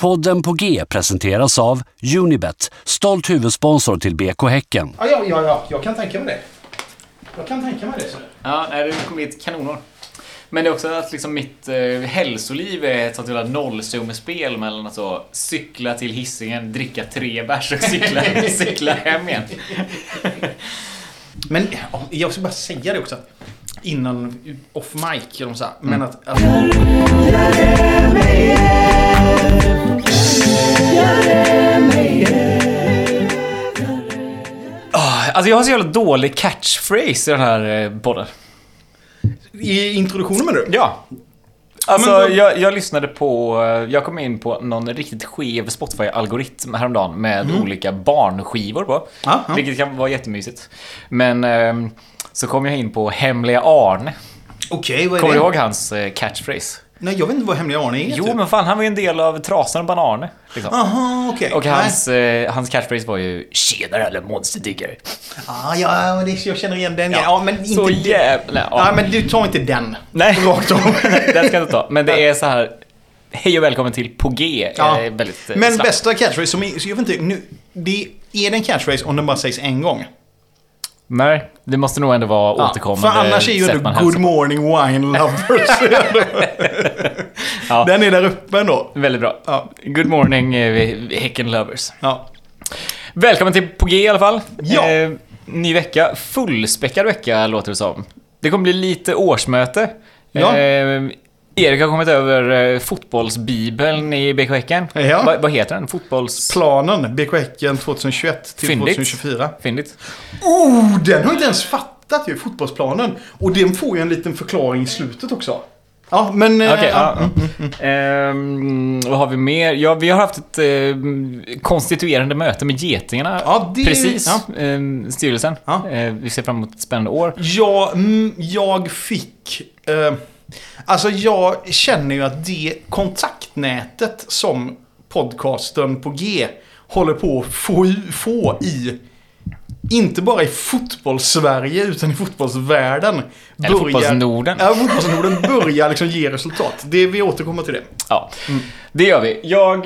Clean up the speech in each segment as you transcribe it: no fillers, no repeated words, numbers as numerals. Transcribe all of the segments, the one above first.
Podden på G presenteras av Unibet, stolt huvudsponsor till BK Häcken. Ja, jag kan tänka mig det. Så. Ja, det kommer ett kanonår. Men det är också att liksom mitt hälsoliv är ett sånt jävla nollsummespel mellan att så cykla till Hisingen, dricka 3 bärs och cykla hem igen. Men jag ska bara säga det också innan off mic eller så här, men att alltså jag har så jävla dålig catchphrase i den här podden. I introduktionen med du? Ja. Alltså jag lyssnade på, jag kom in på någon riktigt skev Spotify-algoritm häromdagen med olika barnskivor på. Vilket kan vara jättemysigt. Men så kom jag in på Hemliga Arne. Okej, vad är kommer det? du ihåg hans catchphrase? Nej, jag vet inte vad Hemliga Arne är. Jo, men fan, han var ju en del av Trasan och Banarne liksom. Aha, okej. Och hans catchphrase var ju "Tjenare eller monsterdiggare". Ja, jag känner igen den. Ja, men inte så jävla. Ja, men du tar inte den. Nej. Rakt av. Den ska jag inte ta. Men det är så här: hej och välkommen till På G. Väldigt men snabbt. bästa catchphrase som är, så jag vet inte nu, det är den catchphrase om den bara sägs en gång. Nej, det måste nog ändå vara återkommande. För annars är ju det Good morning wine lovers. Ja. Den är där uppe ändå. Väldigt bra. Ja. Good morning Häcken lovers. Ja. Välkommen till På G i alla fall. Ja. Ny vecka, fullspäckad vecka låter det som. Det kommer bli lite årsmöte. Ja. Erik har kommit över fotbollsbibeln i BK Häcken. Ja. Vad heter den? Planen, BK Häcken 2021 till Fyndigt. 2024. Fyndigt. Den har jag inte ens fattat ju, fotbollsplanen. Och den får ju en liten förklaring i slutet också. Ja, men... Okej, vad har vi mer? Ja, vi har haft ett konstituerande möte med getingarna. Ja, det... Precis, Ja. Styrelsen. Ja. Vi ser fram emot ett spännande år. Ja, jag fick... alltså jag känner ju att det kontaktnätet som podcasten på G håller på att få i, inte bara i fotbollssverige utan i fotbollsvärlden. Eller fotbollsnorden. Ja, fotbollsnorden börjar liksom ge resultat. Vi återkommer till det. Ja, det gör vi. Jag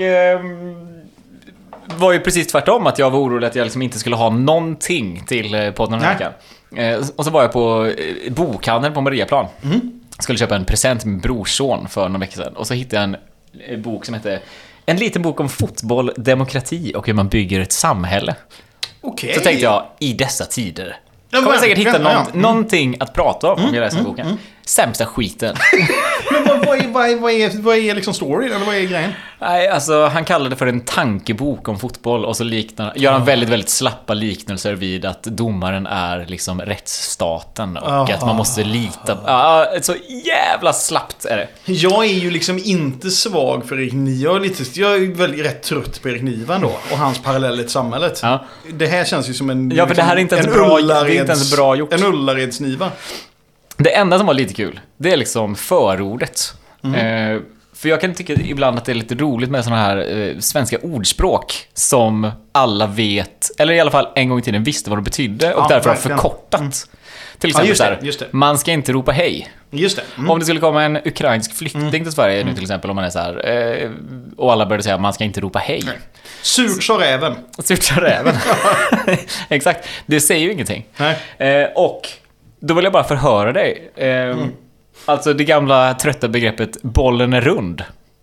var ju precis tvärtom, att jag var orolig att jag liksom inte skulle ha någonting till podden den här veckan. Och så var jag på bokhandeln på Mariaplan. Skulle köpa en present med brorson för några veckor sedan. Och så hittade jag en bok som heter En liten bok om fotboll, demokrati och hur man bygger ett samhälle. Okej. Så tänkte jag, i dessa tider kommer jag säkert hitta någonting att prata om jag läser boken. Sämsta skiten. Men vad är liksom storyn, eller vad är grejen? Nej, alltså han kallade det för en tankebok om fotboll. Och så gör han väldigt, väldigt slappa liknelser vid att domaren är liksom rättsstaten. Och att man måste lita. Så jävla slappt är det. Jag är ju liksom inte svag för Erik Niva. Jag är väldigt rätt trött på Erik Niva då. Och hans paralleller till samhället. Ja. Det här känns ju som en... Ja, för det här är inte ens bra, det är inte ens bra gjort. En Ullareds-Niva. Det enda som var lite kul, det är liksom förordet. För jag kan tycka ibland att det är lite roligt med såna här svenska ordspråk som alla vet, eller i alla fall en gång i tiden visste vad det betydde och därför har förkortat. Till exempel just det. Man ska inte ropa hej. Just det. Om det skulle komma en ukrainsk flykting till Sverige nu till exempel, om man är så här, och alla började säga man ska inte ropa hej. Nej. Surt sa räven. Surt sa räven. Exakt, det säger ju ingenting. Nej. Och då vill jag bara förhöra dig. Alltså det gamla trötta begreppet bollen är rund.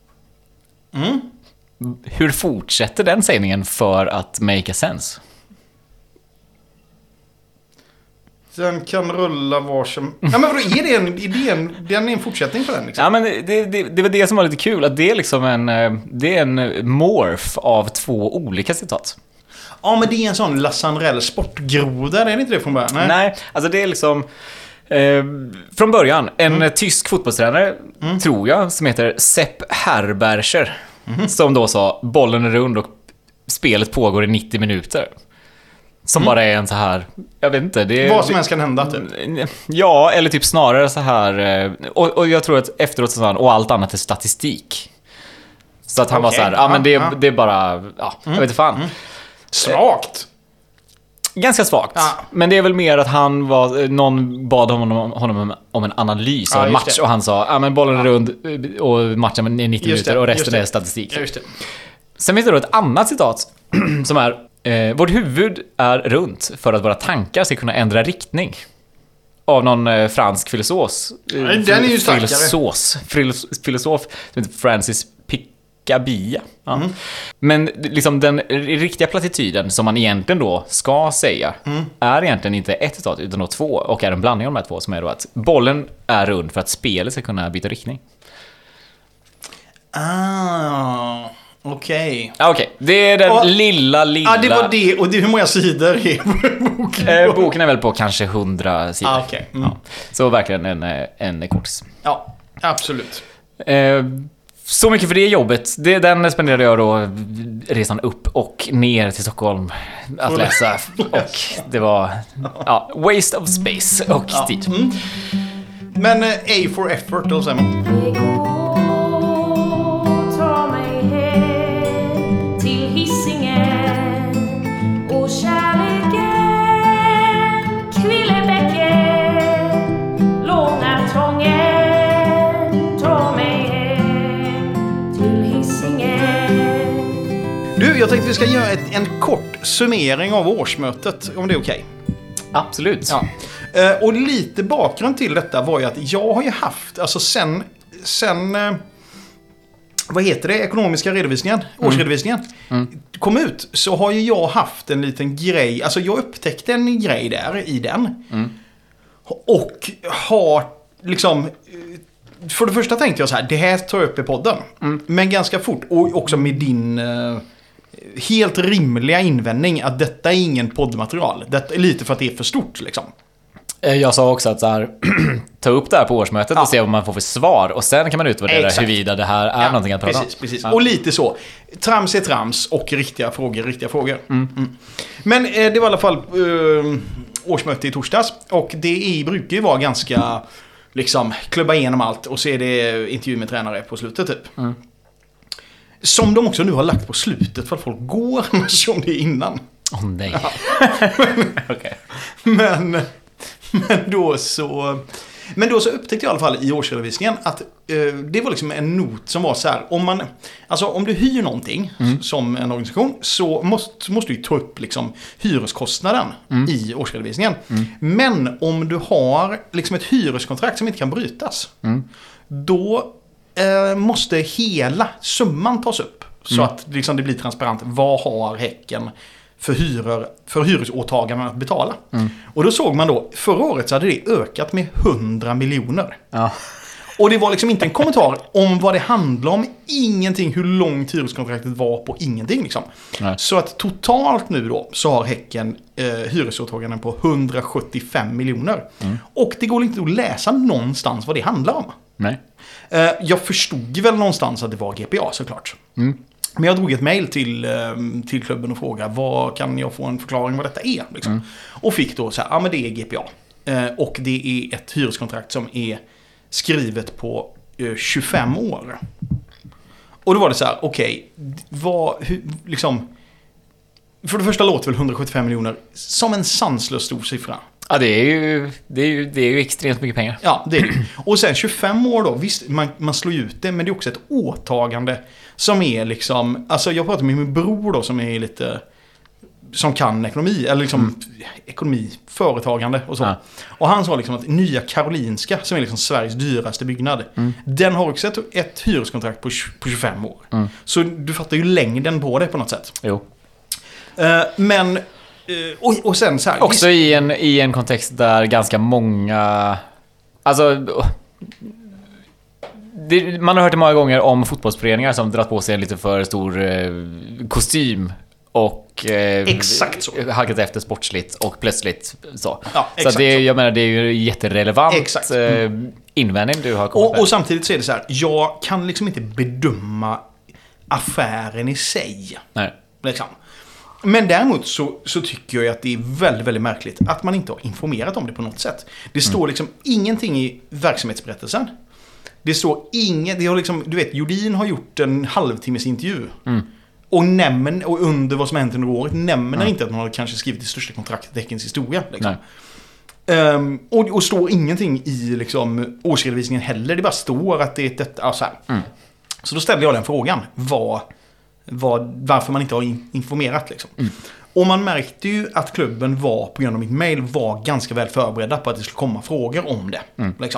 Hur fortsätter den sägningen för att make a sense? Den kan rulla var som... Ja, men vadå, den är en fortsättning på den liksom? Ja, men det var det som var lite kul. Att det är liksom en morph av 2 olika citat. Ja, men det är en sån Lassanrell sportgroda, är det inte det från början? Nej, alltså det är liksom... från början, en tysk fotbollstränare, tror jag, som heter Sepp Herberger, som då sa, bollen är rund och spelet pågår i 90 minuter. Som bara är en så här, jag vet inte, det är, vad som helst kan hända typ. Ja, eller typ snarare så här, och jag tror att efteråt så sa han, och allt annat är statistik. Så att han var så här, men det är bara, jag vet inte fan. Svagt. Ganska svagt. Ja. Men det är väl mer att någon bad honom om en analys av en match och han sa, men bollen är rund och matchen är 90 minuter och resten är statistik. Just det. Sen finns det då ett annat citat som är vårt huvud är runt för att våra tankar ska kunna ändra riktning. Av någon fransk filosof. Den är ju starkare. Filosof som heter Francis Picabia. Ja. Men liksom den riktiga plattityden som man egentligen då ska säga är egentligen inte ett citat utan då två, och är en blandning av de här två, som är då att bollen är rund för att spelet ska kunna byta riktning. Okej. Okej, det är den lilla... Ja, det var det. Och det, hur många sidor är boken? Boken är väl på kanske 100 sidor. Okej. Ja. Så verkligen en kortis. Ja, absolut. Så mycket för det jobbet. Den spenderade jag då resan upp och ner till Stockholm att läsa. Och det var waste of space och tid. Men A for effort då, säger man. Jag tänkte vi ska göra en kort summering av årsmötet, om det är okej. Absolut. Ja. Och lite bakgrund till detta var ju att jag har ju haft, alltså sen vad heter det, ekonomiska redovisningen, årsredovisningen kom ut, så har ju jag haft en liten grej, alltså jag upptäckte en grej där i den. Och har liksom, för det första tänkte jag så här, det här tar jag upp i podden. Men ganska fort, och också med din helt rimliga invändning att detta är ingen poddmaterial. Detta är lite för att det är för stort liksom. Jag sa också att så här, ta upp det här på årsmötet och se vad man får för svar, och sen kan man utvärdera huruvida det här är någonting att prata om. Precis. Ja. Och lite så. Trams är trams och riktiga frågor. Men det var i alla fall årsmöte i torsdags, och det brukar ju vara ganska liksom klubba igenom allt och så är det intervju med tränare på slutet typ. Som de också nu har lagt på slutet för att folk går som det är innan. Nej. Ja. Okay. Men då så upptäckte jag i alla fall i årsredovisningen att det var liksom en not som var så här, om du hyr någonting som en organisation, så måste du ta upp liksom hyreskostnaden i årsredovisningen. Men om du har liksom ett hyreskontrakt som inte kan brytas, då måste hela summan tas upp så att liksom det blir transparent. Vad har Häcken för hyresåtaganden att betala? Och då såg man då, förra året så hade det ökat med 100 miljoner. Ja. Och det var liksom inte en kommentar om vad det handlade om, ingenting, hur långt hyreskontraktet var på, ingenting liksom. Nej. Så att totalt nu då så har Häcken hyresåtaganden på 175 miljoner. Och det går inte att läsa någonstans vad det handlar om. Nej. Jag förstod väl någonstans att det var GPA såklart. Men jag drog ett mejl till klubben och frågade, vad kan jag få en förklaring vad detta är? Liksom. Och fick då så här, men det är GPA. Och det är ett hyreskontrakt som är skrivet på 25 år. Och då var det så här, okej, liksom, för det första låter väl 175 miljoner som en sanslös stor siffra. Ja, det är ju extremt mycket pengar. Ja, det är det. Och sen 25 år då, visst, man slår ut det, men det är också ett åtagande som är liksom, alltså jag pratade med min bror då som är lite, som kan ekonomi, eller liksom ekonomi, företagande och så. Ja. Och han sa liksom att Nya Karolinska, som är liksom Sveriges dyraste byggnad, den har också ett hyreskontrakt på 25 år. Så du fattar ju längden på det på något sätt. Jo. Men och sen så här, också i en kontext där ganska många, alltså man har hört det många gånger om fotbollsföreningar som drar på sig en lite för stor kostym och exakt så. Halkat efter sportsligt och plötsligt så. Ja, så att jag menar, det är ju jätterelevant invändning du har kommit med. Och samtidigt så är det så här, jag kan liksom inte bedöma affären i sig. Nej. Liksom. Men däremot så tycker jag att det är väldigt, väldigt märkligt att man inte har informerat om det på något sätt. Det står liksom ingenting i verksamhetsberättelsen. Det står inget, det har liksom, du vet, Jordin har gjort en halvtimmes intervju och under vad som hänt under året nämner inte att man har kanske skrivit det största kontraktet i Häckens historia. Liksom. Och står ingenting i liksom, årsredovisningen heller. Det bara står att det är detta. Så då ställde jag den frågan. Varför man inte har informerat. Liksom. Och man märkte ju att klubben var, på grund av mitt mail, var ganska väl förberedda på att det skulle komma frågor om det. Liksom.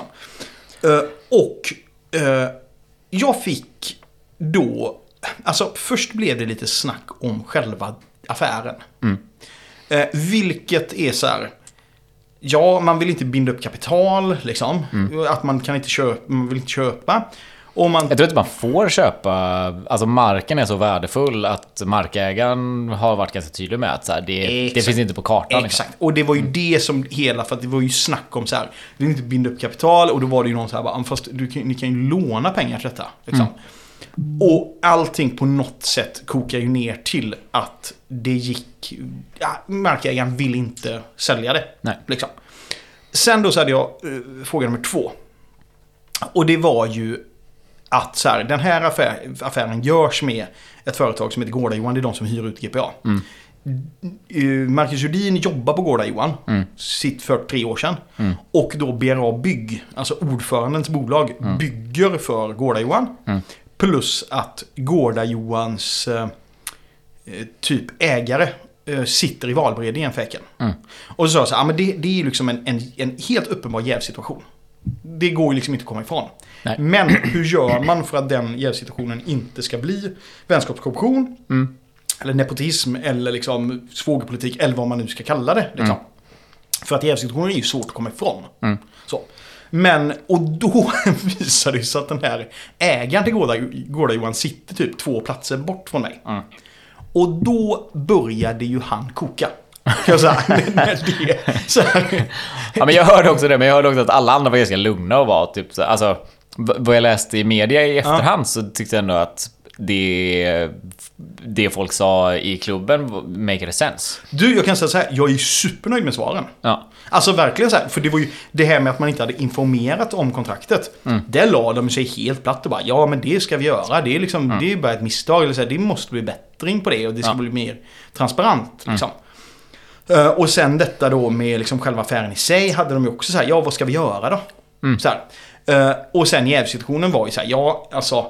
Jag fick då... Alltså först blev det lite snack om själva affären. Vilket är så här... Ja, man vill inte binda upp kapital, liksom. Att man vill inte köpa. Och jag tror inte man får köpa. Alltså marken är så värdefull att markägaren har varit ganska tydlig med att så här, det finns inte på kartan. Exakt, liksom. Och det var ju det som för att det var ju snack om så här, vi vill inte binda upp kapital, och då var det ju någon så här, bara, fast ni kan ju låna pengar till detta. Liksom. Och allting på något sätt kokar ju ner till att det gick... Ja, markägaren vill inte sälja det. Nej. Liksom. Sen då så hade jag fråga nummer 2. Och det var ju att så här, den här affären görs med ett företag som heter Gårda Johan. Det är de som hyr ut GPA. Marcus Judin jobbar på Gårda Johan sitt för 3 år sedan. Och då BRA Bygg, alltså ordförandens bolag, bygger för Gårda Johan. Plus att Gårda Johans typ ägare sitter i valberedningen för Häcken. Och så sa jag så här, men det är ju liksom en helt uppenbar jävsituation. Det går ju liksom inte att komma ifrån. Nej. Men hur gör man för att den jävsituationen inte ska bli vänskapskorruption eller nepotism eller liksom svågerpolitik eller vad man nu ska kalla det. Liksom. För att jävsituationen är ju svårt att komma ifrån. Så. Men, och då visade det sig att den här ägaren till Gårda Johan sitter typ 2 platser bort från mig. Och då började ju han koka. Kan jag säga. Ja, men jag hörde också det, men jag hörde också att alla andra var ganska lugna och var typ så, alltså vad jag läste i media i efterhand så tyckte jag ändå att det folk sa i klubben make sense. Du, jag kan säga så här, jag är supernöjd med svaren. Ja. Alltså verkligen så här, för det var ju det här med att man inte hade informerat om kontraktet. Där la de sig helt platt och bara, ja men det ska vi göra. Det är liksom, det är bara ett misstag. Eller så här, det måste bli bättring på det och det ska bli mer transparent. Liksom. Och sen detta då med liksom själva affären i sig hade de ju också så här, ja vad ska vi göra då? Så här. Och sen jävsituationen var ju så här, ja alltså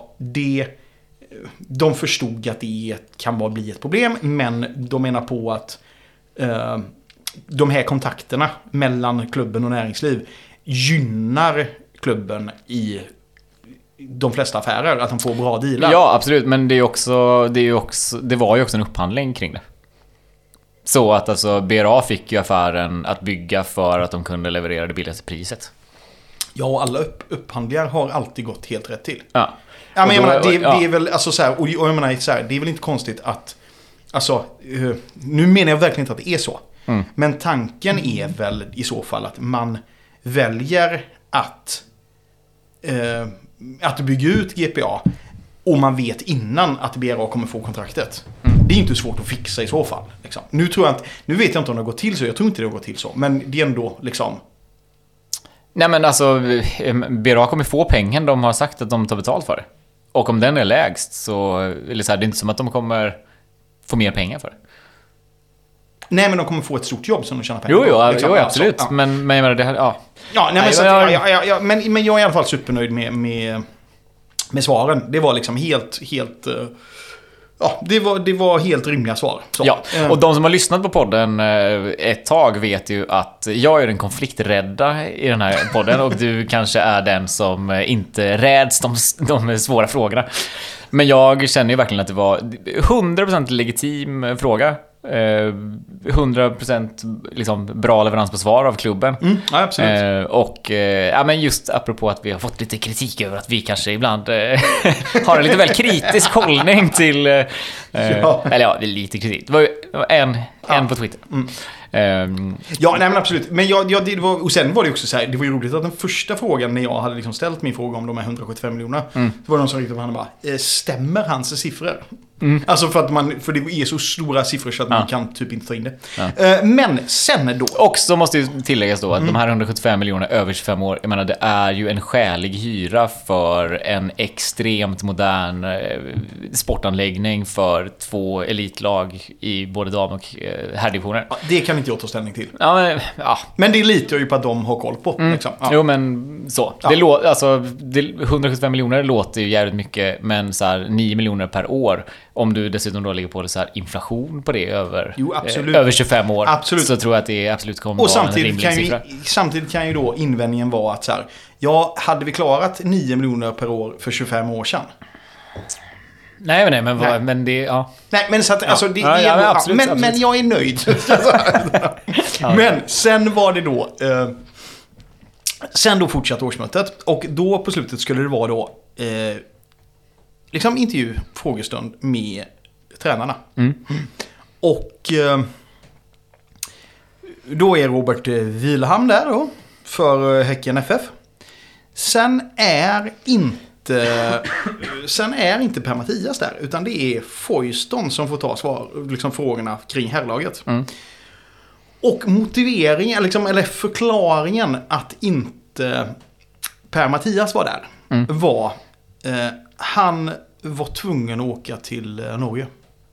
de förstod att det kan bli ett problem, men de menar på att de här kontakterna mellan klubben och näringsliv gynnar klubben i de flesta affärer, att de får bra dealar. Ja, absolut, men det var ju också en upphandling kring det. Så att alltså BRA fick ju affären att bygga för att de kunde leverera det billigaste priset. Ja, alla upphandlingar har alltid gått helt rätt till. Ja. Ja, men jag menar, det är väl alltså så här, och jag menar så här, det är väl inte konstigt att alltså, nu menar jag verkligen inte att det är så. Men tanken är väl i så fall att man väljer att bygga ut GPA och man vet innan att BRA kommer få kontraktet. Det är inte svårt att fixa i så fall. Liksom. Nu vet jag inte om det har gått till så, jag tror inte det har gått till så, men det är ändå liksom... Nej men alltså, BRA kommer få pengar de har sagt att de tar betalt för. Och om den är lägst så, eller så här, det är inte som att de kommer få mer pengar för det. Nej, men de kommer få ett stort jobb som de tjänar pengar på. Jo, liksom. absolut. Ja. Men jag menar det här, ja. Ja, nej, men jag är i alla fall supernöjd med svaren. Det var liksom helt ja, det var helt rimliga svar. Så. Ja, och de som har lyssnat på podden ett tag vet ju att jag är den konflikträdda i den här podden och du kanske är den som inte räds de svåra frågorna. Men jag känner ju verkligen att det var 100% legitim fråga. 100% liksom bra leverans på svar av klubben. Ja, absolut. Och ja, men just apropå att vi har fått lite kritik över att vi kanske ibland har en lite väl kritisk hållning till eller ja, lite kritik. Det var ju en på Twitter. Ja, nej men absolut. Men det var, och sen var det också så här, det var ju roligt att den första frågan när jag hade liksom ställt min fråga om de här 175 miljonerna, så var det någon som riktade på handen och bara, stämmer hans siffror? Alltså för det är så stora siffror så att man kan typ inte ta in det. Men sen då... Och så måste ju tilläggas då att de här 175 miljoner över 25 år, jag menar det är ju en skälig hyra för en extremt modern sportanläggning för för 2 elitlag i både dam- och herrdivisioner. Ja, det kan inte jag ta ställning till. Ja. Men det litar ju på att de har koll på. Liksom. Ja. Jo, men så. Ja. 175 miljoner låter ju jävligt mycket, men så här 9 miljoner per år. Om du dessutom då lägger på det så här inflation på det över 25 år. Absolut. Så tror jag att det absolut kommer Och vara en rimlig siffra. samtidigt kan ju då invändningen vara att så här, ja, hade vi klarat 9 miljoner per år för 25 år sedan? Nej, men det, ja. Nej, men så att, alltså, absolut. Men jag är nöjd. Men sen var det då... sen då fortsatte årsmötet. Och då på slutet skulle det vara då... liksom intervju, frågestund med tränarna. Och... då är Robert Wilhelm där då. För Häcken FF. Sen är inte Per-Mattias där, utan det är Foyston som får ta liksom frågorna kring herrlaget. Och motiveringen, liksom, eller förklaringen att inte Per-Mattias var där var han var tvungen att åka till Norge.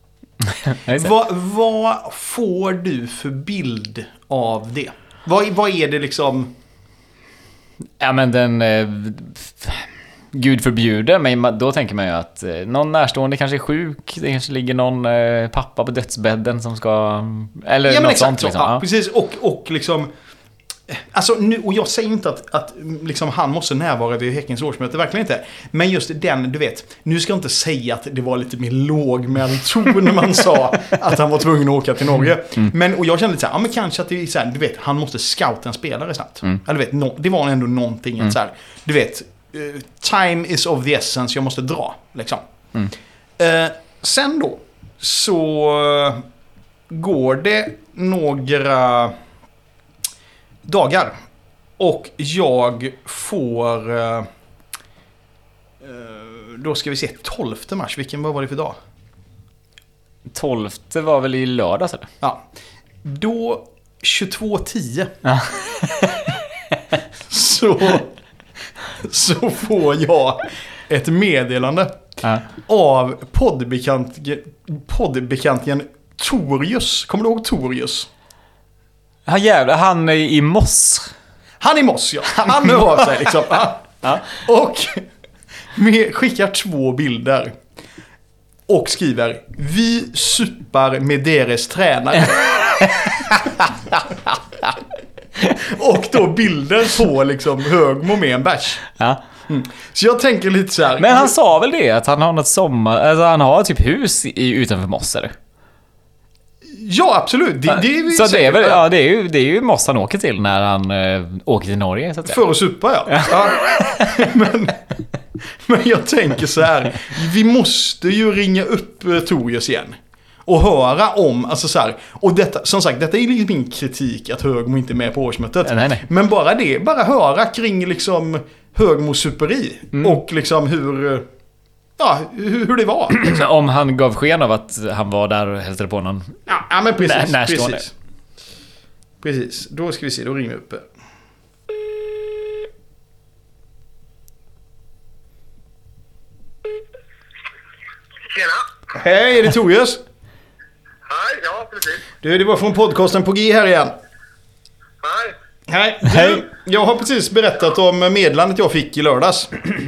Vad får du för bild av det? Vad är det liksom... Ja, men den... Gud förbjuder, men då tänker man ju att någon närstående kanske är sjuk. Det kanske ligger någon pappa på dödsbädden som ska... Eller något sånt. Liksom. Ja, precis. Och liksom... Alltså, nu, och jag säger inte att liksom, han måste närvara vid Häckens årsmöte, verkligen inte. Men just den, du vet, nu ska jag inte säga att det var lite mer lågmäld ton när man sa att han var tvungen att åka till Norge. Men, och jag kände lite så här, ja men kanske att det är så här, du vet, han måste scouta en spelare snabbt. Eller du vet, det var ändå någonting så här, du vet, time is of the essence, jag måste dra, liksom. Sen då, så går det några dagar och jag får då ska vi se 12 mars, vad var det för dag? 12 var väl i lördags eller? Ja. Då 22:10 så får jag ett meddelande av poddbekantingen Torius. Kommer du ihåg Torius? Ja jävlar, han är i Moss. Han är i Moss, ja. Han hör av sig liksom. Och skickar 2 bilder. Och skriver: vi suppar med deras tränare. Och då bilder på liksom Högmo med en bärs. Så jag tänker lite så här. Men han sa väl det, att han har något alltså han har typ hus utanför Moss eller? Ja, absolut. Det är så det är väl, det är ju Moss han åker till när han åker till Norge så att säga. För att supa, ja. Men jag tänker så här, vi måste ju ringa upp Torius igen och höra om, alltså så här, och detta, som sagt, detta är liksom min kritik att Högmo inte är med på årsmötet. Nej. Men bara höra kring liksom Högmo superi och liksom hur det var. Liksom. Om han gav sken av att han var där och hälsade på någon. Ja, men precis. Precis. Då ska vi se, då ringer vi upp. Tjena. Hej, är det Torius? Hej, ja precis. Det var från podcasten på G här igen. Hej. Hej. Jag har precis berättat om meddelandet jag fick i lördags.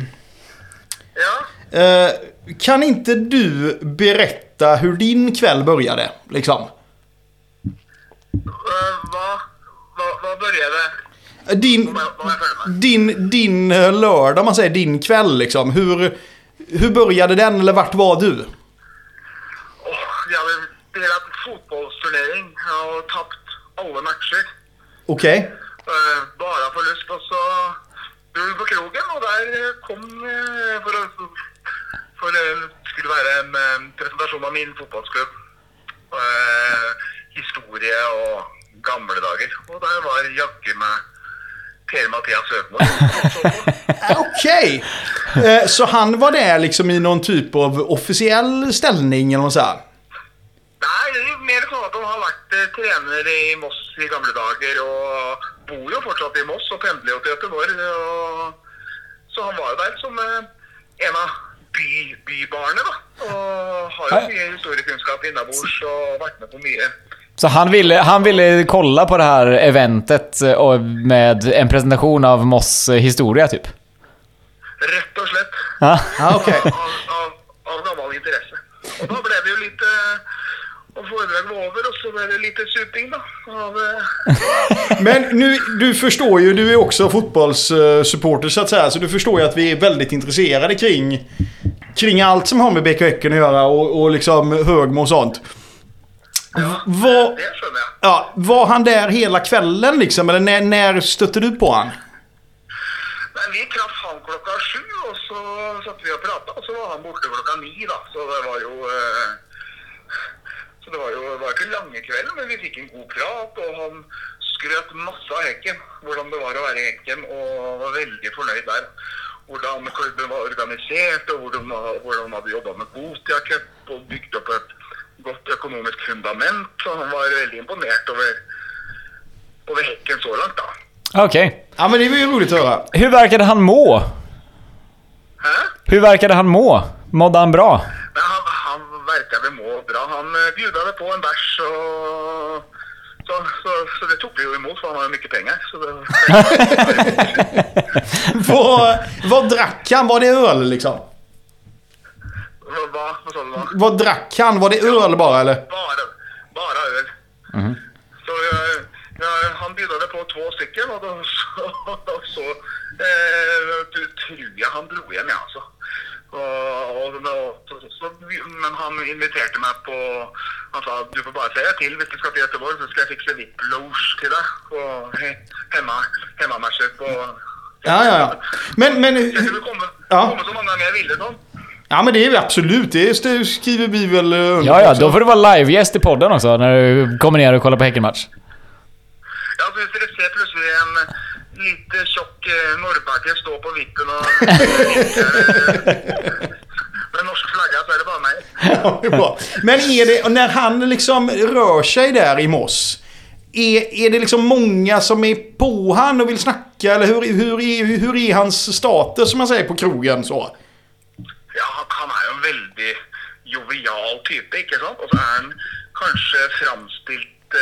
Ja. Kan inte du berätta hur din kväll började, liksom? Vad började? Din lördag, man säger din kväll, liksom. Hur började den, eller vart var du? Jag hade spelat fotbollsturnering och tappat alla matcher. Okej. Bara förlust, och så du på krogen, och där kom för det skulle vara en presentation av min fotbollsklubb. Historia och gamla dagar. Och där var Jacke med Per-Mattias Högmo. Okej. Så han var där liksom i någon typ av officiell ställning eller något så här? Nej, det är mer så att de har varit tränare i Moss i gamla dagar och bor ju fortsatt i Moss och pendlar till Göteborg. Så han var där som en av bybarnet da. Og har jo mye historiekunnskap innabords og vært med på mye. Så han ville kolla på det här eventet och med en presentation av Moss historia typ. Rett og slett. Ja. Ja, okej. Av gammel interesse. Og da ble det jo litt og foredrag var over, och så blev det lite suping då. Men nu, du förstår ju, du är också fotbollssupporter så att säga, så du förstår ju att vi är väldigt intresserade kring allt som har med BK Häcken att göra och liksom Högmo och sånt. Ja, Var, det skjønner jeg. ja, var han där hela kvällen liksom, eller när stötte du på han? Men vi traff han klokka 7, og så satt vi og pratet, og så var han borte klokka 9 da. Så det var jo... det var ikke lange kvelden, men vi fikk en god prat, og han skrøt masse av Häcken, hvordan det var å være i Häcken, og var veldig fornøyd der. Hvordan klubben var organisert, og hvordan han hadde jobbet med Gothia Cup, og bygd opp et godt økonomisk fundament, så han var veldig imponert over Häcken så langt da. Okej. Ja, men det var ju roligt att höra. Hur verkade han må? Hæ? Hur verkade han må? Mådde han bra? Men han verkade må bra. Han bjudade på en bärs så det tog vi ju emot, för han har ju mycket pengar. Så det... Vad drack han? Var det öl liksom? Vad sa du då? Vad drack han? Var det öl bara eller? Bara öl. Så han bjudade på 2 stycken, och då så tror jag han drog hem alltså. Men han inviterade mig på, han sa du får bara säga till hvis du ska till Göteborg, så ska jag fixa VIP-loge till dig på hemmamatcher på. Ja. Men Jag skulle komma så många gånger jag ville då. ja, men det är absolut, det skriver vi väl under. Ja, då får du vara livegäst i podden också när du kommer ner och kollar på Häckenmatch. Ja, så hvis dere ser plutselig en lite tjokk Norrbacke stå på vippen og med norsk flagga, så är det bara mig. Ja, det är bra. Men är det, när han liksom rör sig där i Moss, är det liksom många som är på han och vill snacka, eller hur är hans status som man säger på krogen så? Ja, han är ju en väldigt jovial type, ikke sant? Och så är han kanske framstilt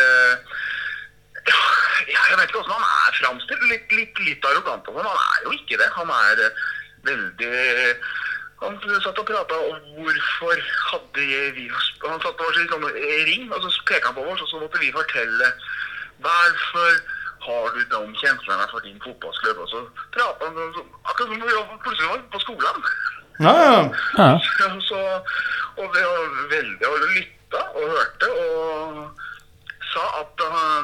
jag vet inte om han är framstilt lite arrogant, men han är ju inte det. Han är väldigt... Han satt och pratade om varför hade vi... Han satt och var sån ring, och så pekade han på oss, och så måste vi fortälla varför har du de känslorna för din fotbollsklubb? Och så pratade han akkurat som vi plötsligt var på skolan. Ja. Så, och vi har väldigt lyssnat och hörte, och sa att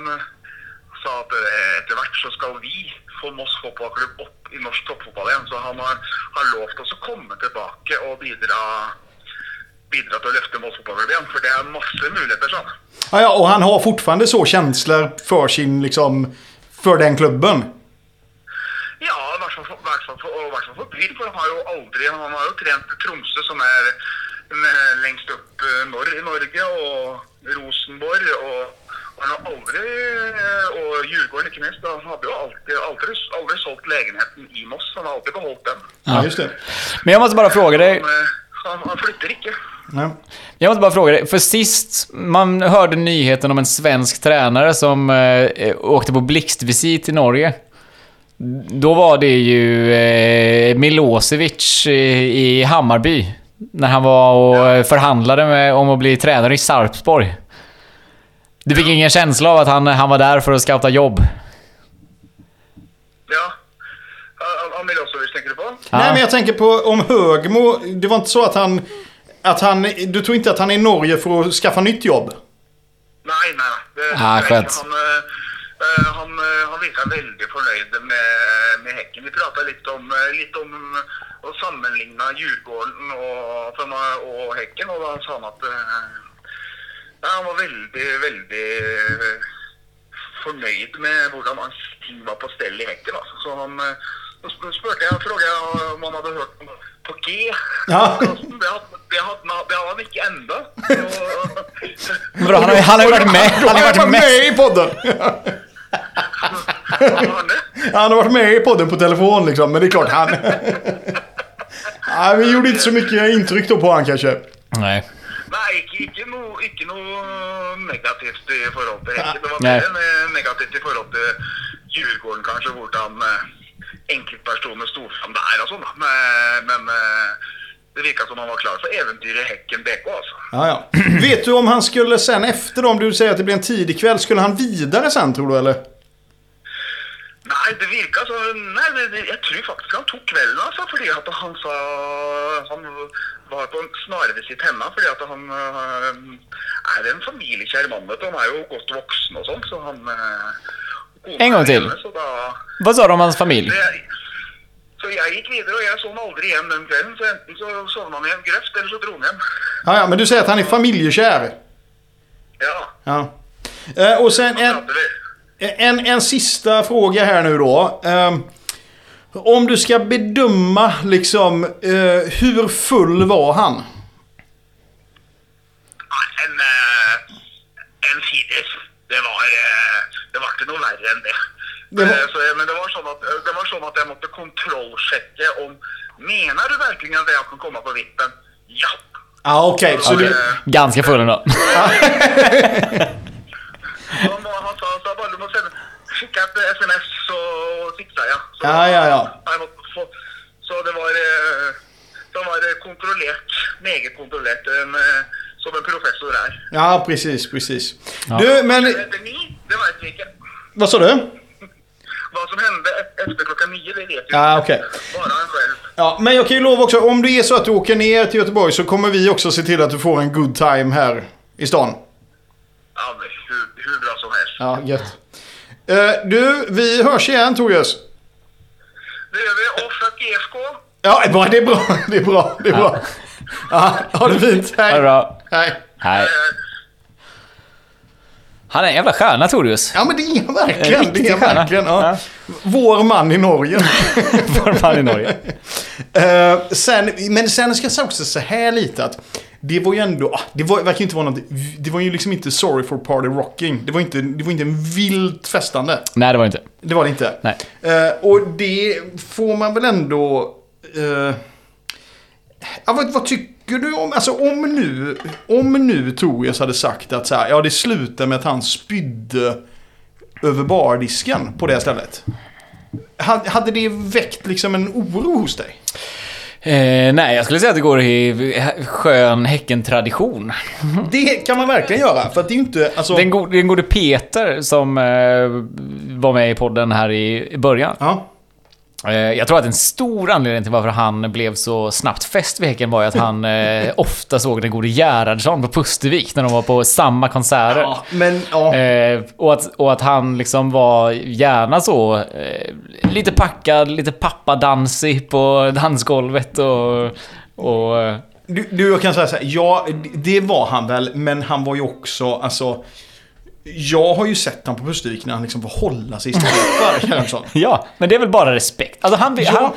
etter hvert så skal vi få Moss fotballklubb opp i norsk toppfotball igjen. Så han har lovt oss å komme tilbake og bidra til å løfte Moss fotballklubb igjen. For det er masse muligheter sånn. Ja, och han har fortfarande så känslor för sin liksom, för den klubben. Ja, i hvert fall for Bryl, for han har jo trent Tromsø, som er lengst opp nord i Norge, og Rosenborg, og han har aldri, og Djurgården ikke minst, han hadde jo aldri solgt lägenheten i Moss, han har alltid beholdt den. Ja, just det. Men jag måste bara fråga dig... Han flyttar inte. Ja. Jag måste bara fråga dig, för sist man hörde nyheten om en svensk tränare som åkte på blixtvisit i Norge. Då var det ju Milosevic i Hammarby, när han var och förhandlade om att bli tränare i Sarpsborg. Du fick ingen känsla av att han var där för att scouta jobb? Ja. Milosevic tänker du på? Nej, men jag tänker på om Högmo. Det var inte så att han du tror inte att han är i Norge för att skaffa nytt jobb? Nej. Skönt. Han virker väldigt förnöjd med Häcken. Vi pratade lite om att sammanligna Djurgården och Häcken, och han sa att han var väldigt förnöjd med hur hans team var på ställ i Häcken. Alltså. Så då frågade jag om han hade hört på G. Ja. Det hade han inte ändå. Han har ju varit med. Han har varit med i podden. Han har varit med i podden på telefon liksom, men det är klart han Nej, vi gjorde inte så mycket intryck då på han kanske. Nej. Nei, ikke noe negativt i forhold til Hekken. Det var mer negativt i forhold til Djurgården, kanskje, hvordan enkeltpersoner stod fram der og sånn. Men det virket som han var klar for eventyret Hekken BK, altså. Ja. Vet du om han skulle sen efter då, om du säger att det blir en tidig kväll, skulle han vidare sen, tror du, eller? Nei, det virket så... Nei, jeg tror faktisk han tok kvelden, altså, fordi at han sa... Han var på en snarvisitt henne, fordi at han en familiekjær mann, vet du. Han jo godt voksen og sånn, så han... En gang til. Så da... Vad sa du om hans familj? Så jeg gikk videre, og jeg så han aldri igjen den kvelden, så enten så sovna han i en grøft, eller så dro han hjem. Ja, men du säger att han är familjekär. Ja. Och sen en sista fråga här nu då. Om du ska bedöma liksom hur full var han? En firer. Det var ikke noe verre enn det. Men det var sånn at jeg måtte kontrollsjekke om... Mener du verkligen at jeg kan komme på vippen? Ja. Ja, okej. Så du... Ganska full ändå. Han sa bare du må skicka et sms, så fikser jeg. Ja. Så det var kontrollert, meget kontrollert, som en professor er. Ja, precis. Ja. Du, men... Det vet vi ikke. Vad sa du? Vad som hände efter klockan 9, det vet vi. Ja, okej. Bara han själv. Ja, men jag kan ju lova också, om det är så att du åker ner till Göteborg så kommer vi också se till att du får en good time här i stan. Ja, hur bra som helst. Ja, gött. Du, vi hörs igen, Tobias. Det gör vi, och fuck IFK. Ja, det är bra. Ja, ha det fint. Hej. Ha det bra. Hej. Han är en jävla stjärna, Torius. Ja, men det är verkligen. Det är verkligen. Ja. Vår man i Norge. Vår man i Norge. Sen ska jag också säga här lite att det var ju ändå, verkar inte vara något, det var ju liksom inte sorry for party rocking. Det var inte en vilt festande. Nej, det var det inte. Det var det inte. Nej. Och det får man väl ändå... vad tycker du om... Alltså om nu Tobias hade sagt att så här, ja, det slutar med att han spydde över bardisken på det stället. Hade det väckt liksom en oro hos dig? Nej, jag skulle säga att det går i skön Häcken-tradition. Det kan man verkligen göra, för att det är ju inte... Alltså... Den gode Peter som var med i podden här i början. Ja. Jag tror att en stor anledning till varför han blev så snabbt fäst vid Häcken var ju att han ofta såg den gode Gerhardsson på Pustervik när de var på samma konserter. Ja, men, ja. Och att han liksom var gärna så lite packad, lite pappadansig på dansgolvet och jag kan säga så här, ja, det var han väl, men han var ju också, alltså... Jag har ju sett han på Pustervik när han liksom får hålla sig i stället. Ja, men det är väl bara respekt. Alltså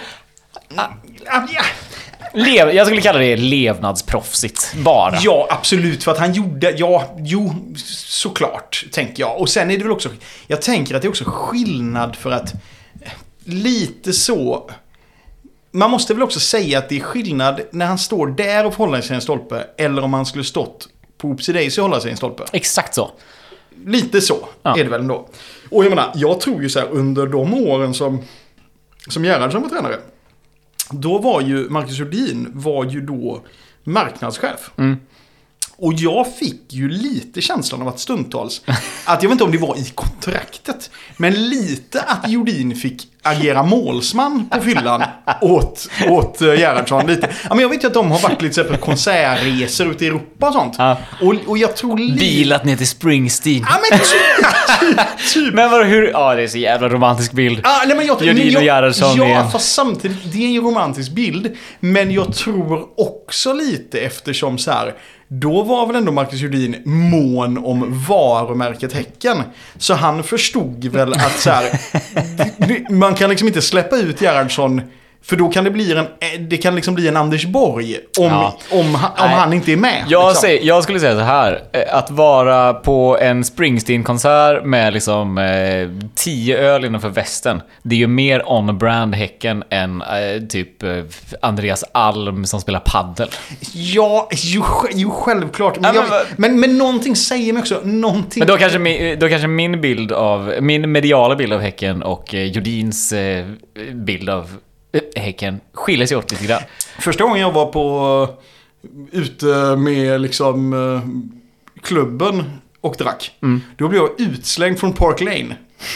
jag skulle kalla det levnadsproffsigt bara. Ja, absolut, för att han gjorde... såklart, tänker jag. Och sen är det väl också... Jag tänker att det är också skillnad för att... Lite så... Man måste väl också säga att det är skillnad när han står där och håller sig i en stolpe, eller om han skulle stått på Oopsie Daisy och hålla sig i en stolpe. Exakt så. Lite så är det väl ändå. Och jag menar, jag tror ju så här, under de åren som Gerhardsson var tränare, då var ju Marcus Jordin då marknadschef. Och jag fick ju lite känslan av att stundtals, att jag vet inte om det var i kontraktet, men lite att Jordin fick agera målsman på fyllan åt Gerhardsson lite. Ja, men jag vet ju att de har varit lite så på konsertresor ute i Europa och sånt. Ja. Och jag tror bilat ner till Springsteen. Ja, men typ. Men hur? Ja, det är så jävla romantisk bild. Ja, nej, men Jordin och Gerhardsson. Ja, fast samtidigt, det är en ju romantisk bild. Men jag tror också lite, eftersom så här, då var väl ändå Marcus Jordin mån om varumärket Häcken. Så han förstod väl att så här, man kan liksom inte släppa ut Gerhardsson För då kan det kan liksom bli en Anders Borg om han inte är med. Jag skulle säga så här, att vara på en Springsteen-konsert med liksom 10 öl innanför västen, det är ju mer on-brand Häcken än typ Andreas Alm som spelar paddel. Ja, ju självklart. Men någonting säger mig också. Men då kanske min mediala bild av Häcken och Jordins bild av Häcken skiljer sig åt lite grann. Första gången jag var ute med liksom klubben och drack, då blev jag utslängd från Park Lane.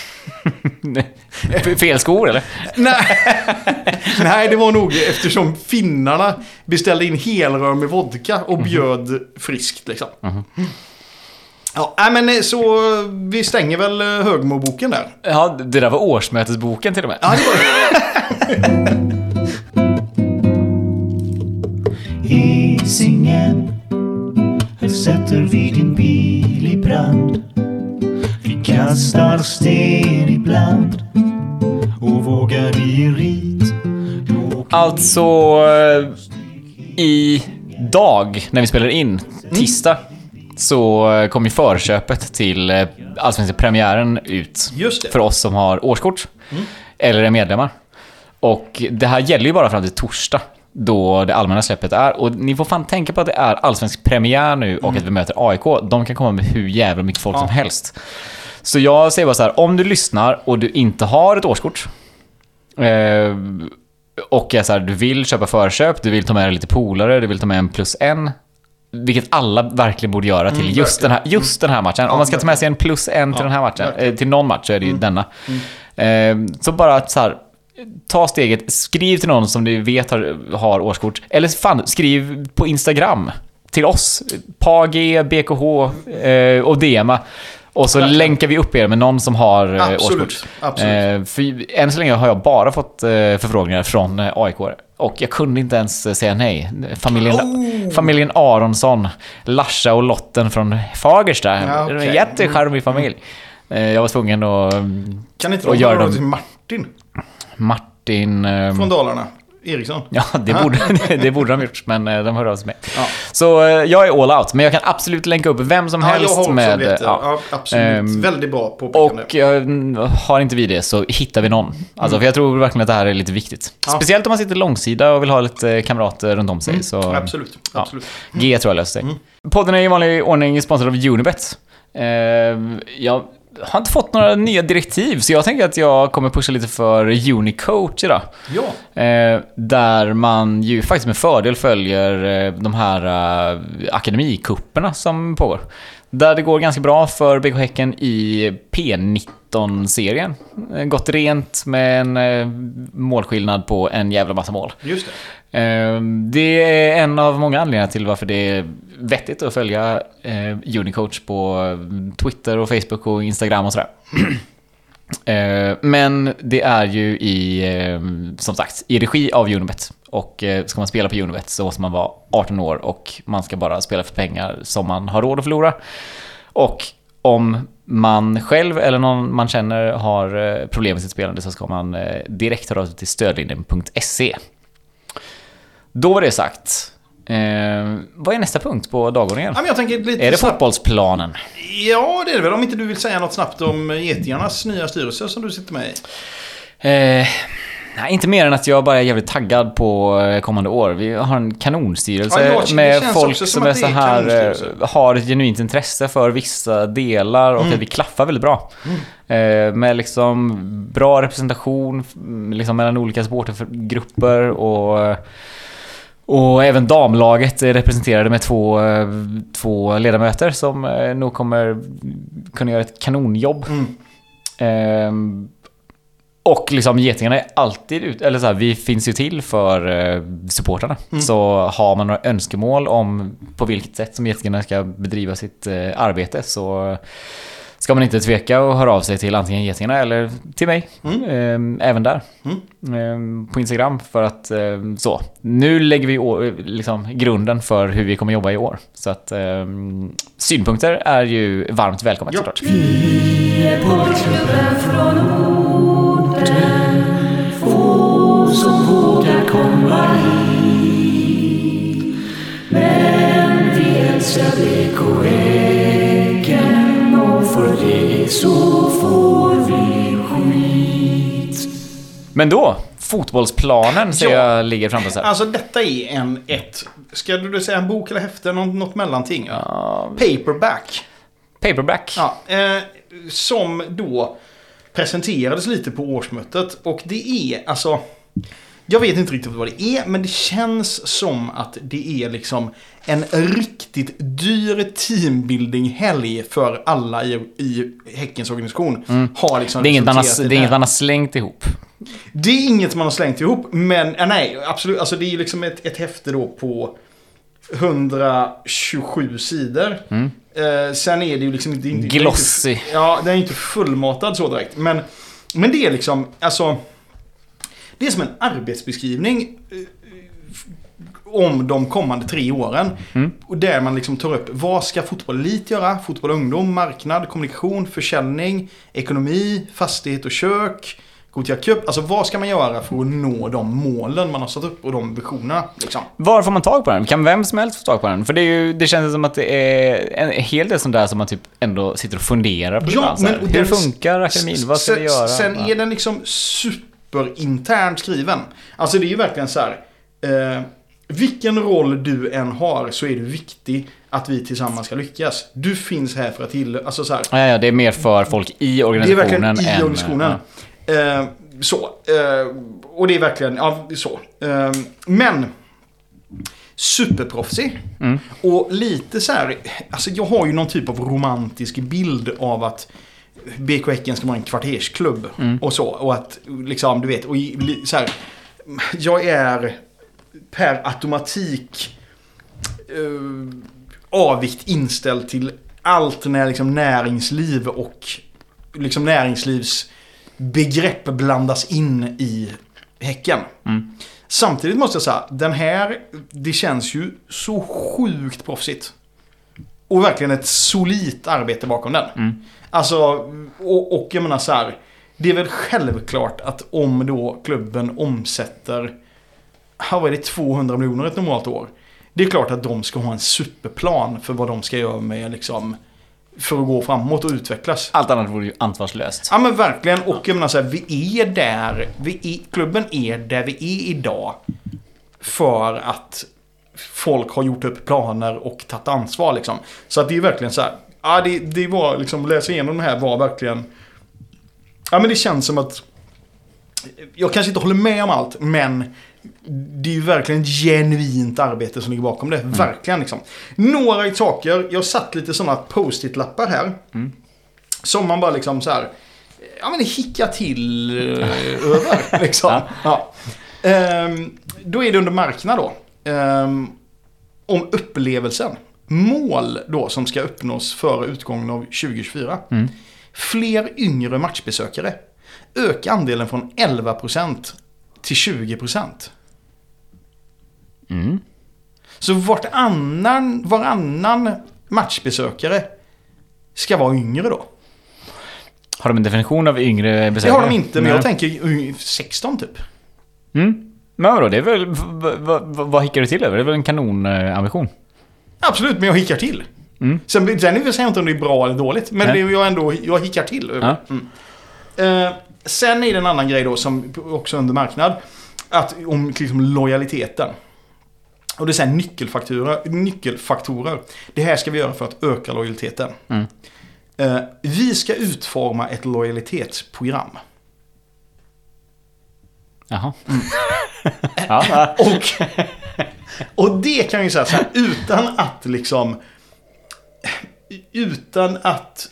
Fel skor eller? Nej, det var nog eftersom finnarna beställde in helrör med vodka och bjöd friskt liksom. Ja, men så vi stänger väl Högmoboken där. Ja, det där var årsmötesboken till och med. Ja, det var det. Hisingen, här sätter vi din bil i brand. Vi kastar sten ibland och vågar vi rit. Alltså, idag när vi spelar in, tisdag, så kommer förköpet till allsvenska premiären ut. Just det. För oss som har årskort eller är medlemmar. Och det här gäller ju bara fram till torsdag, då det allmänna släppet är. Och ni får fan tänka på att det är allsvensk premiär nu och att vi möter AIK. De kan komma med hur jävla mycket folk som helst. Så jag säger bara så här, om du lyssnar och du inte har ett årskort och är så här, du vill köpa förköp, du vill ta med dig lite polare, du vill ta med en +1, vilket alla verkligen borde göra till just den här matchen. Om man ska ta med sig en +1 till den här matchen, till någon match, så är det ju denna. Så bara att så här, ta steget, skriv till någon som du vet har årskort, eller fan, skriv på Instagram till oss, PAG, BKH och DMA. Och så länkar vi upp er med någon som har årskort. Absolut. För än så länge har jag bara fått förfrågningar från AIK. Och jag kunde inte ens säga nej. Familjen Aronsson, Larsa och Lotten från Fagersta. Ja, okay. En jättecharmig familj. Jag var tvungen att kan inte de göra till Martin från Dalarna? Eriksson. Ja, det borde de gjort, men de hör av sig med. Ja. Så jag är all out, men jag kan absolut länka upp vem som helst jag har med. Ja, absolut. Väldigt bra på. Och har inte vi det så hittar vi någon. Alltså, för jag tror verkligen att det här är lite viktigt. Ja. Speciellt om man sitter långsida och vill ha lite kamrater runt om sig. Så, absolut. G tror jag löser sig. Podden är i vanlig ordning sponsrad av Unibet. Jag har inte fått några nya direktiv, så jag tänker att jag kommer pusha lite för Unicoach idag. Ja. Där man ju faktiskt med fördel följer de här akademikupperna som pågår. Där det går ganska bra för BK Häcken i P19-serien. Gått rent med en målskillnad på en jävla massa mål. Just det. Det är en av många anledningar till varför det är vettigt att följa Unicoach på Twitter och Facebook och Instagram och sådär. Men det är ju som sagt i regi av Unibet. Och ska man spela på Unibet så måste man vara 18 år och man ska bara spela för pengar som man har råd att förlora. Och om man själv eller någon man känner har problem med sitt spelande så ska man direkt höra till stödlinjen.se. Då var det sagt. Vad är nästa punkt på dagordningen? Ja, men jag tänker lite är det fotbollsplanen? Ja, det är det väl. Om inte du vill säga något snabbt om Getingarnas nya styrelse som du sitter med i. Nej, inte mer än att jag bara är jävligt taggad på kommande år. Vi har en kanonstyrelse med folk som är så här, har ett genuint intresse för vissa delar och att vi klaffar väldigt bra. Med liksom bra representation liksom mellan olika supportergrupper och även damlaget är representerade med två ledamöter som nog kommer kunna göra ett kanonjobb. Och liksom Getingarna är alltid eller så här, vi finns ju till för supporterna. Så har man några önskemål om på vilket sätt som Getingarna ska bedriva sitt arbete så ska man inte tveka och höra av sig till antingen Getingarna eller till mig. Även där. På Instagram för att så. Nu lägger vi liksom grunden för hur vi kommer jobba i år. Så att synpunkter är ju varmt välkommet såklart. Vi är portklubben från orten, som vågar komma hit. Men vi älskar BK Häcken och för det så får vi skit. Men då, fotbollsplanen ser jag ligger framför sig. Alltså detta är ska du säga en bok eller häfte, något mellanting? Paperback. Paperback. Ja, som då presenterades lite på årsmötet. Och det är, alltså, jag vet inte riktigt vad det är, men det känns som att det är liksom en riktigt dyr teambuilding-helg för alla i Häckens organisation. Har liksom det är inget man har slängt ihop. Det är inget man har slängt ihop, men nej, absolut. Alltså det är liksom ett häfte då på 127 sidor. Sen är det ju liksom inte glossy. Ja, den är inte fullmatad så direkt. Men det är liksom, alltså, det är som en arbetsbeskrivning om de kommande 3 åren. Och där man liksom tar upp, vad ska fotboll elit göra? Fotboll ungdom, marknad, kommunikation, försäljning, ekonomi, fastighet och kök, Gothia Cup. Alltså vad ska man göra för att nå de målen man har satt upp och de visionerna liksom? Var får man tag på den? Kan vem som helst få tag på den? För det känns som att det är en hel del sånt där som man typ ändå sitter och funderar på. Ja, men hur funkar akademin? Vad ska vi göra? Sen är den liksom superinternt skriven. Alltså det är ju verkligen så här, vilken roll du än har så är det viktigt att vi tillsammans ska lyckas. Du finns här för att alltså så här. Ja, det är mer för folk i organisationen. Det är verkligen i organisationen. Och det är verkligen så. Men superproffsig. Och lite så här, alltså jag har ju någon typ av romantisk bild av att BK Häcken ska vara en kvartersklubb och så, och att liksom du vet, och så här, jag är per automatik avvikt inställd till allt när liksom näringsliv och liksom näringslivsbegrepp blandas in i Häcken. Samtidigt måste jag säga, det känns ju så sjukt proffsigt. Och verkligen ett solidt arbete bakom den. Alltså, och jag menar så här, det är väl självklart att om då klubben omsätter, vad är det, 200 miljoner ett normalt år. Det är klart att de ska ha en superplan för vad de ska göra med liksom, för att gå framåt och utvecklas. Allt annat vore ju ansvarslöst. Ja men verkligen, och jag menar så här, klubben är där vi är idag för att folk har gjort upp planer och tagit ansvar liksom. Så att det är verkligen så här, ja det var liksom, läsa igenom det här var verkligen, ja men det känns som att jag kanske inte håller med om allt, men det är ju verkligen ett genuint arbete som ligger bakom det. Verkligen liksom. Några saker, jag satt lite sådana post-it-lappar här. Som man bara liksom så här, ja men hicka till över liksom. Ja. Då är det under marknad då. Om upplevelsen. Mål då som ska uppnås före utgången av 2024. Fler yngre matchbesökare. Öka andelen från 11% till 20%. Så varannan matchbesökare ska vara yngre då. Har de en definition av yngre besökare? Det har de inte, men jag tänker 16 typ. Men vadå, det är väl, vad hickar du till över? Det är väl en kanonambition? Absolut, men jag hickar till. Sen är det inte om det är bra eller dåligt, men det är jag hickar till över. Sen är det en annan grej då som också under marknad, att om liksom lojaliteten. Och det är så här nyckelfaktorer. Det här ska vi göra för att öka lojaliteten. Vi ska utforma ett lojalitetsprogram. Jaha. Och det kan ju säga så här, utan att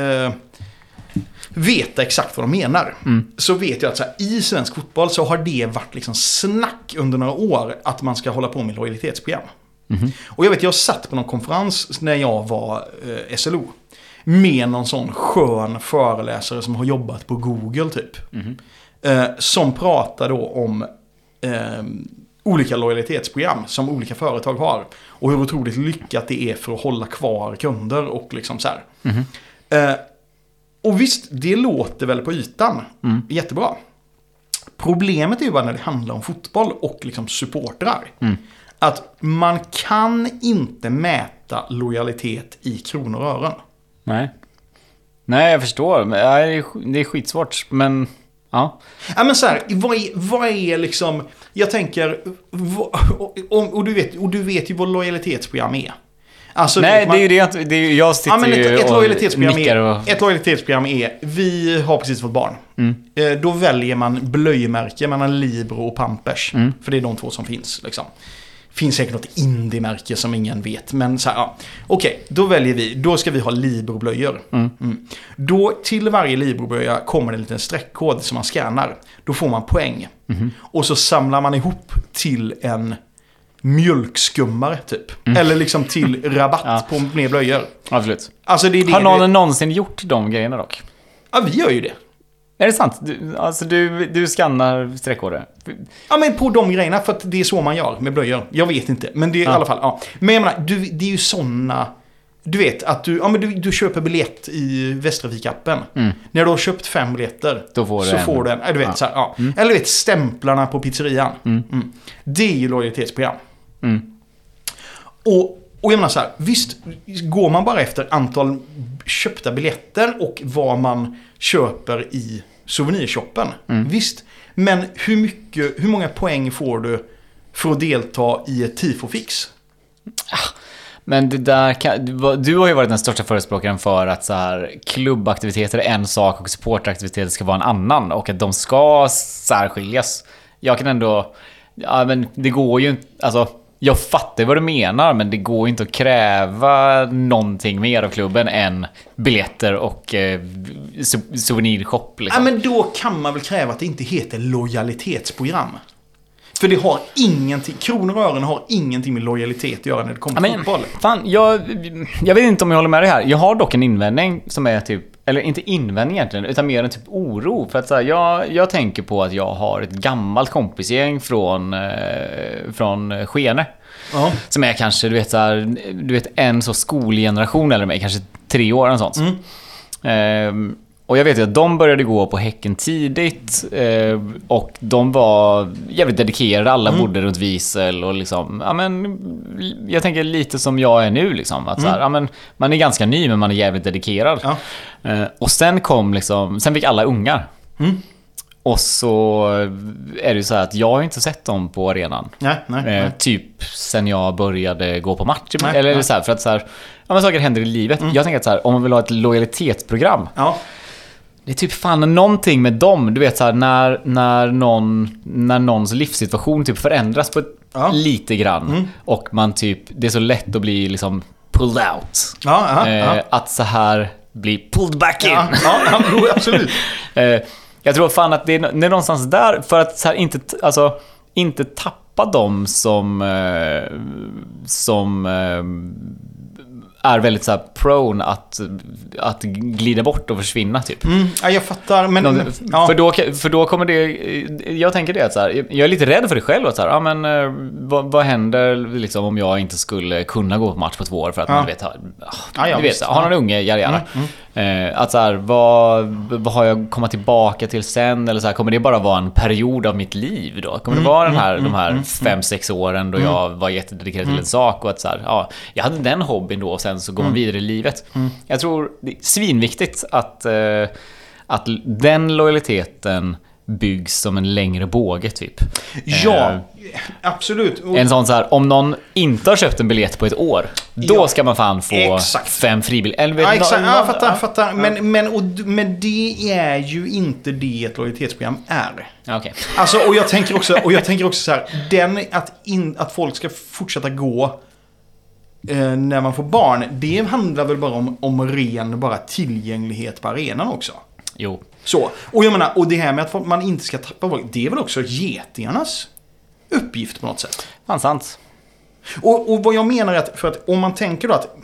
veta exakt vad de menar. Så vet jag att så här, i svensk fotboll så har det varit liksom snack under några år att man ska hålla på med lojalitetsprogram. Och jag satt på någon konferens när jag var SLO med någon sån skön föreläsare som har jobbat på Google typ. Som pratar då om olika lojalitetsprogram som olika företag har och hur otroligt lyckat det är för att hålla kvar kunder och liksom så här. Och visst, det låter väl på ytan jättebra. Problemet är ju bara när det handlar om fotboll och liksom supportrar. Att man kan inte mäta lojalitet i kronor och ören. Nej, jag förstår. Det är skitsvårt, men ja. Ja, men så här, vad är liksom... Jag tänker... Och du vet ju vad lojalitetsprogram är. Alltså, Nej, det är ju det att jag sitter ett lojalitetsprogram är vi har precis fått barn. Då väljer man blöjmärke mellan Libro och Pampers. För det är de två som finns liksom. Finns säkert något indie-märke som ingen vet. Men så här, ja. Okej, då väljer vi. Då ska vi ha Libro-blöjor. Då till varje Libro-blöja kommer det en liten streckkod som man scannar. Då får man poäng. Och så samlar man ihop till en mjölkskummare typ. Eller liksom till rabatt på mer blöjor. Absolut. Alltså, det är det har någon någonsin gjort de grejerna dock? Ja, vi gör ju det. Är det sant? Du skannar streckkoder? Ja, men på de grejerna, för att det är så man gör med blöjor. Jag vet inte, men det är i alla fall, ja. Men jag menar, det är ju såna... Du vet att du köper biljett i Västtrafikappen. När du har köpt 5 biljetter då får du en. Du vet, så här, ja. Eller du vet, stämplarna på pizzerian. Det är ju lojalitetsprogram. Och jag menar så här, visst, går man bara efter antal köpta biljetter och vad man köper i souvenirshoppen. Visst, men hur många poäng får du för att delta i ett tifofix? Men det där du har ju varit den största förespråkaren för att så här, klubbaktiviteter är en sak och supportaktiviteter ska vara en annan och att de ska särskiljas. Jag kan ändå... Ja, men det går ju inte... Alltså, jag fattar vad du menar, men det går ju inte att kräva någonting mer av klubben än biljetter och souvenirshop. Liksom. Ja, men då kan man väl kräva att det inte heter lojalitetsprogram. För det har ingenting, kronor och ören har ingenting med lojalitet att göra när det kommer till fotboll. Fan, jag vet inte om jag håller med dig här. Jag har dock en invändning som är typ, eller inte invändning egentligen, utan mer en typ oro. För att så här, jag tänker på att jag har ett gammalt kompisgäng från Skene. Som är kanske, du vet en så skolgeneration eller mig, kanske 3 år eller sånt. Och jag vet ju att de började gå på Häcken tidigt och de var jävligt dedikerade. Alla bodde runt Wiesel och liksom, ja men jag tänker lite som jag är nu liksom, att så här, ja men man är ganska ny men man är jävligt dedikerad. Och sen sen fick alla ungar. Och så är det ju så här att jag har inte sett dem på arenan. Nej. Typ sen jag började gå på match. Eller så här, för att så här, ja men saker händer i livet. Jag tänker att så här, om man vill ha ett lojalitetsprogram. Det är typ fan någonting med dem. Du vet så här, när någons livssituation typ förändras på ett lite grann. Och man typ, det är så lätt att bli liksom pulled out. Att så här bli pulled back in. Absolut. Jag tror fan att det är någonstans där, för att så här, inte tappa dem som är väldigt så här prone att glida bort och försvinna typ. Ja, jag fattar, men för då kommer det, jag tänker det att så här, jag är lite rädd för det själv att så här, ja men vad händer liksom om jag inte skulle kunna gå på match på 2 år för att man vet har någon unge att så här, vad har jag komma tillbaka till sen, eller så här, kommer det bara vara en period av mitt liv då? Kommer det vara de här 5-6 åren då jag var jättededikerad till en sak och att så här, ja, jag hade den hobbyn då och sen så går man vidare i livet. Jag tror det är svinviktigt att den lojaliteten byggs som en längre båge typ. Ja, absolut. En sån så här, om någon inte har köpt en biljett på ett år, då ska man fan få 5 fribiljetter. Ja, exakt. Jag fattar. Men det är ju inte det ett lojalitetsprogram är. Okay. Alltså, och jag tänker också så här, att folk ska fortsätta gå när man får barn, det handlar väl bara om ren bara tillgänglighet på arenan också. Jo. Så, och jag menar, och det här med att man inte ska tappa folk, det är väl också getingarnas uppgift på något sätt. Fan sant. Och vad jag menar är att, för att om man tänker då att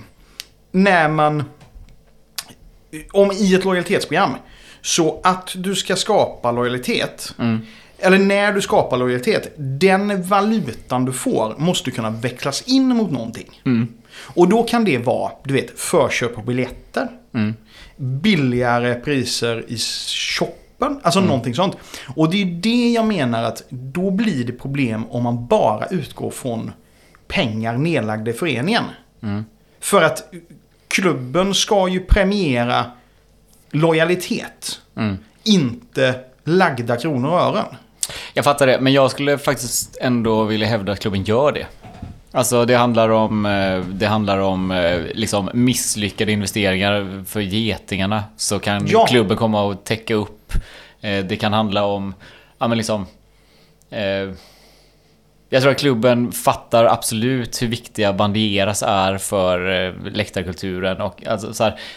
om i ett lojalitetsprogram, så att du ska skapa lojalitet, eller när du skapar lojalitet, den valutan du får måste kunna växlas in mot någonting. Och då kan det vara, du vet, förköp på biljetter, billigare priser i toppen. Alltså någonting sånt. Och det är det jag menar att då blir det problem om man bara utgår från pengar nedlagda i föreningen. För att klubben ska ju premiera lojalitet. Inte lagda kronor och ören. Jag fattar det, men jag skulle faktiskt ändå vilja hävda att klubben gör det. Alltså det handlar om liksom misslyckade investeringar för getingarna, så kan klubben komma och täcka upp. Det kan handla om jag tror att klubben fattar absolut hur viktiga bandieras är för läktarkulturen och alltså så här,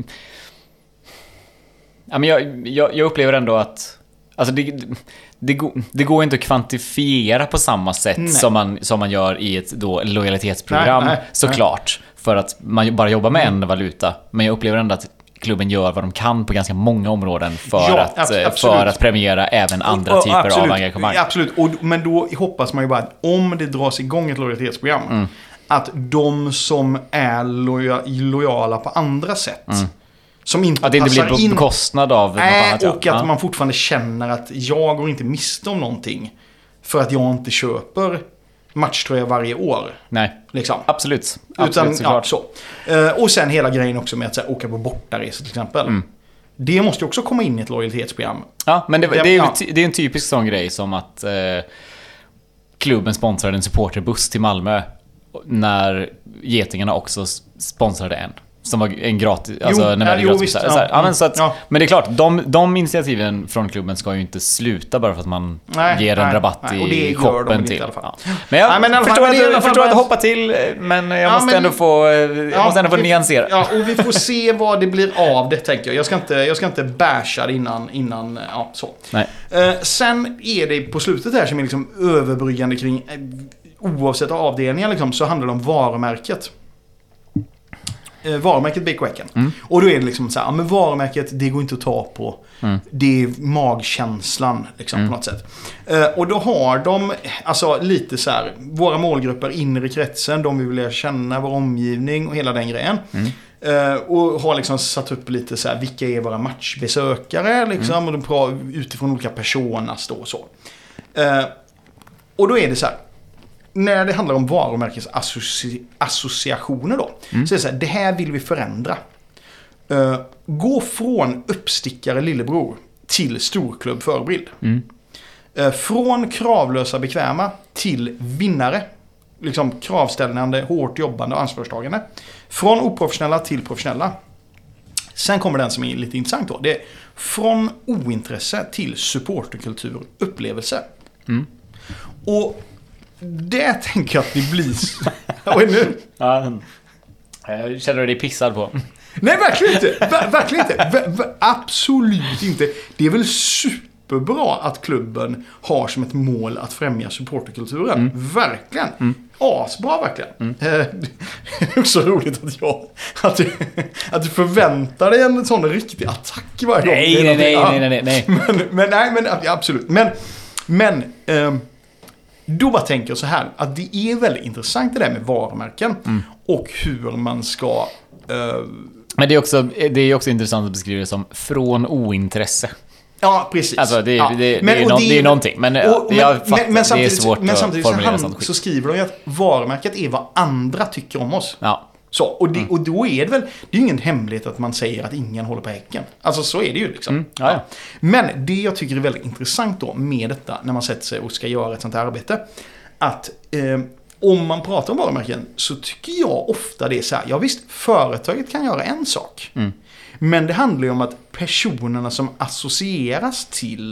jag upplever ändå att alltså det går inte att kvantifiera på samma sätt som man gör i ett då lojalitetsprogram, såklart, för att man bara jobbar med en valuta. Men jag upplever ändå att klubben gör vad de kan på ganska många områden för att premiera även andra typer av engagemang. Absolut, men då hoppas man ju bara att om det dras igång ett lojalitetsprogram, att de som är lojala på andra sätt, som inte att det inte passar blir på bekostnad av något annat. Och att man fortfarande känner att jag går inte miste om någonting för att jag inte köper matchtröja varje år. Nej, liksom. Absolut, utan såklart. så. Och sen hela grejen också med att så här, åka på bortaresor till exempel. Det måste ju också komma in i ett lojalitetsprogram. Ja, men det är en typisk sån grej som att klubben sponsrade en supporterbuss till Malmö när getingarna också sponsrade en. Som var en gratis, alltså men det är klart, de initiativen från klubben ska ju inte sluta bara för att man ger en rabatt i shoppen till. Men jag förstår att hoppa till, men jag måste ändå få nyansera. Ja, och vi får se vad det blir av det, tänker jag. Jag ska inte basha det innan så. Nej. Sen är det på slutet här som är liksom överbryggande kring oavsett avdelningar liksom, så handlar det om varumärket. Varumärket BK Häcken. Och då är det liksom så här, men varumärket, det går inte att ta på. Det är magkänslan liksom, på något sätt. Och då har de alltså lite så här, våra målgrupper, inre kretsen, de vill lära känna vår omgivning och hela den grejen. Och har liksom satt upp lite så här, vilka är våra matchbesökare liksom, och de utifrån olika personas då och så. Och då är det så här, när det handlar om varumärkes associationer då, så är det så här, det här vill vi förändra. Gå från uppstickare lillebror till storklubb förebild. Från kravlösa bekväma till vinnare. Liksom kravställande, hårt jobbande och ansvarstagande. Från oprofessionella till professionella. Sen kommer den som är lite intressant då. Det är från ointresse till supporterkultur, upplevelse. Och det tänker jag att det blir. Oj, nu. Jag känner dig pissad på. Nej, verkligen inte. Verkligen inte. Absolut inte. Det är väl superbra att klubben har som ett mål att främja supporterkulturen. Verkligen. Asbra, verkligen. Det är så roligt att du förväntar dig en sån riktig attack varje gång. Nej. Men absolut. Men då bara tänker jag så här, att det är väldigt intressant det där med varumärken och hur man ska... Men det är också intressant att beskriva det som från ointresse. Ja, precis. Alltså det är någonting. Men samtidigt, det är svårt att formulera sånt skit. Så skriver de ju att varumärket är vad andra tycker om oss. Ja. Så, och då är det väl, det är ju ingen hemlighet att man säger att ingen håller på Häcken. Alltså så är det ju liksom. Ja. Men det jag tycker är väldigt intressant då med detta, när man sätter sig och ska göra ett sånt här arbete, att om man pratar om varumärken så tycker jag ofta det är så här, ja visst, företaget kan göra en sak. Men det handlar ju om att personerna som associeras till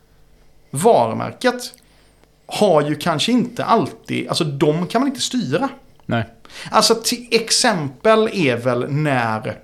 varumärket har ju kanske inte alltid, alltså de kan man inte styra. Nej. Alltså till exempel är väl när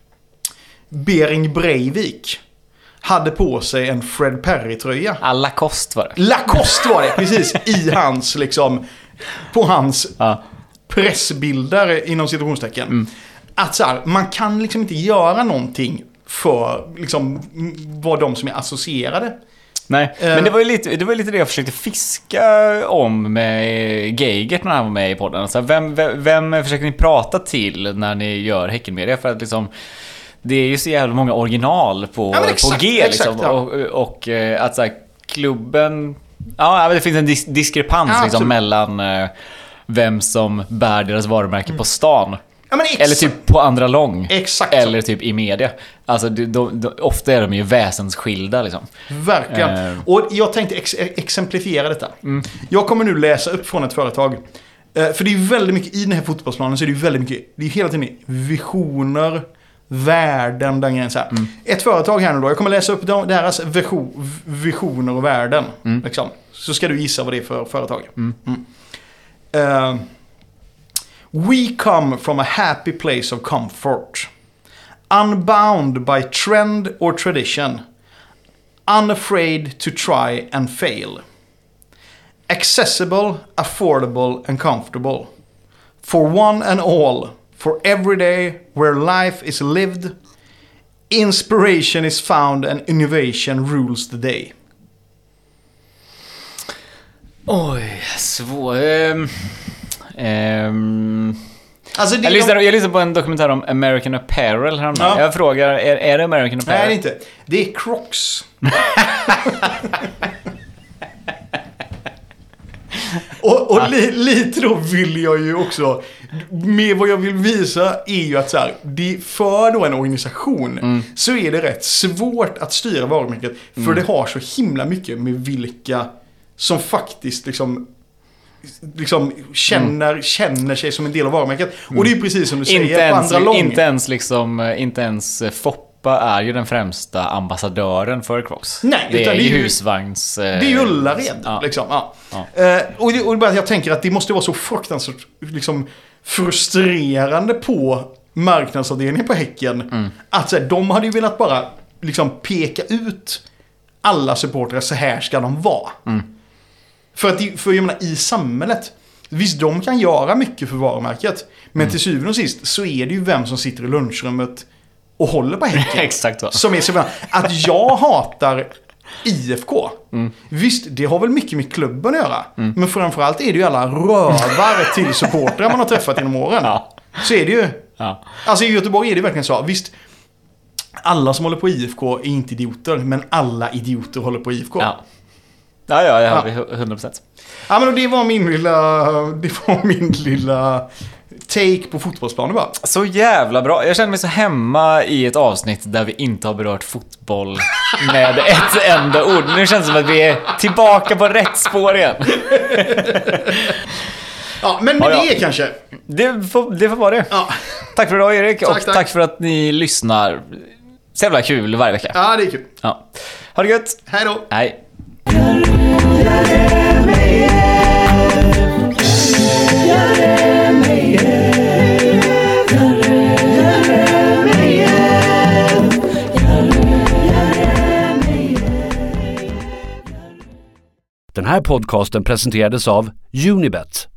Bering Breivik hade på sig en Fred Perry-tröja. Lacoste var det. Lacoste var det, precis. I hans liksom, på hans pressbilder inom situationstecken. Att så här, man kan liksom inte göra någonting för liksom vad de som är associerade. Nej, men det var ju lite det jag försökte fiska om med Geigert när han var med i podden. Alltså, vem försöker ni prata till när ni gör Häckenmedia? För att liksom, det är ju så jävla många original på G liksom. Och att så här, klubben... Ja, det finns en diskrepans liksom, mellan vem som bär deras varumärke på stan. Eller typ på andra lång. Exakt. Eller typ i media. Alltså ofta är de ju väsensskilda liksom. Verkligen. Och jag tänkte exemplifiera detta. Jag kommer nu läsa upp från ett företag. För det är ju väldigt mycket i den här fotbollsplanen, så är det ju väldigt mycket, det är hela tiden visioner, värden, den grejen så här. Ett företag här nu då, jag kommer läsa upp deras visioner och värden liksom. Så ska du gissa vad det är för företag. We come from a happy place of comfort, unbound by trend or tradition, unafraid to try and fail, accessible, affordable and comfortable, for one and all, for every day where life is lived, inspiration is found and innovation rules the day. Oj, svår. Alltså jag lyssnade på en dokumentär om American Apparel häromdagen. Ja. Jag frågar, är det American Apparel? Nej, det är inte. Det är Crocs. och lite då vill jag ju också, med vad jag vill visa är ju att så här, för då en organisation så är det rätt svårt att styra varumärket, för det har så himla mycket med vilka som faktiskt liksom känner sig som en del av varumärket. Och det är ju precis som du säger på andra lång. Inte ens Foppa är ju den främsta ambassadören för Crocs. Nej, det utan är ju husvagns... Det är ju Ullared liksom. Ja. Och bara jag tänker att det måste vara så fruktansvärt liksom frustrerande på marknadsavdelningen på Häcken att så här, de hade ju velat bara liksom peka ut alla supportrar, så här ska de vara. För jag menar, i samhället, visst de kan göra mycket för varumärket, men till syvende och sist så är det ju vem som sitter i lunchrummet och håller på Häcken. Exakt så. Som är så att jag hatar IFK. Visst, det har väl mycket med klubben att göra. Men framförallt är det ju alla rövar till supportrar man har träffat genom åren. Ja. Så är det ju. Ja. Alltså i Göteborg är det verkligen så. Visst, alla som håller på IFK är inte idioter, men alla idioter håller på IFK. Ja. Ja, jag har 100%. Ja, men det var min lilla take på fotbollsplanen bara. Så jävla bra. Jag känner mig så hemma i ett avsnitt där vi inte har berört fotboll med ett enda ord. Nu känns det som att vi är tillbaka på rätt spår igen. Ja, men det är kanske. Det får vara det. Ja. Tack för idag, Erik. Tack för att ni lyssnar. Så jävla kul varje vecka. Ja, det är kul. Ja. Ha det gött. Hej då. Hej. Den här podcasten presenterades av Unibet,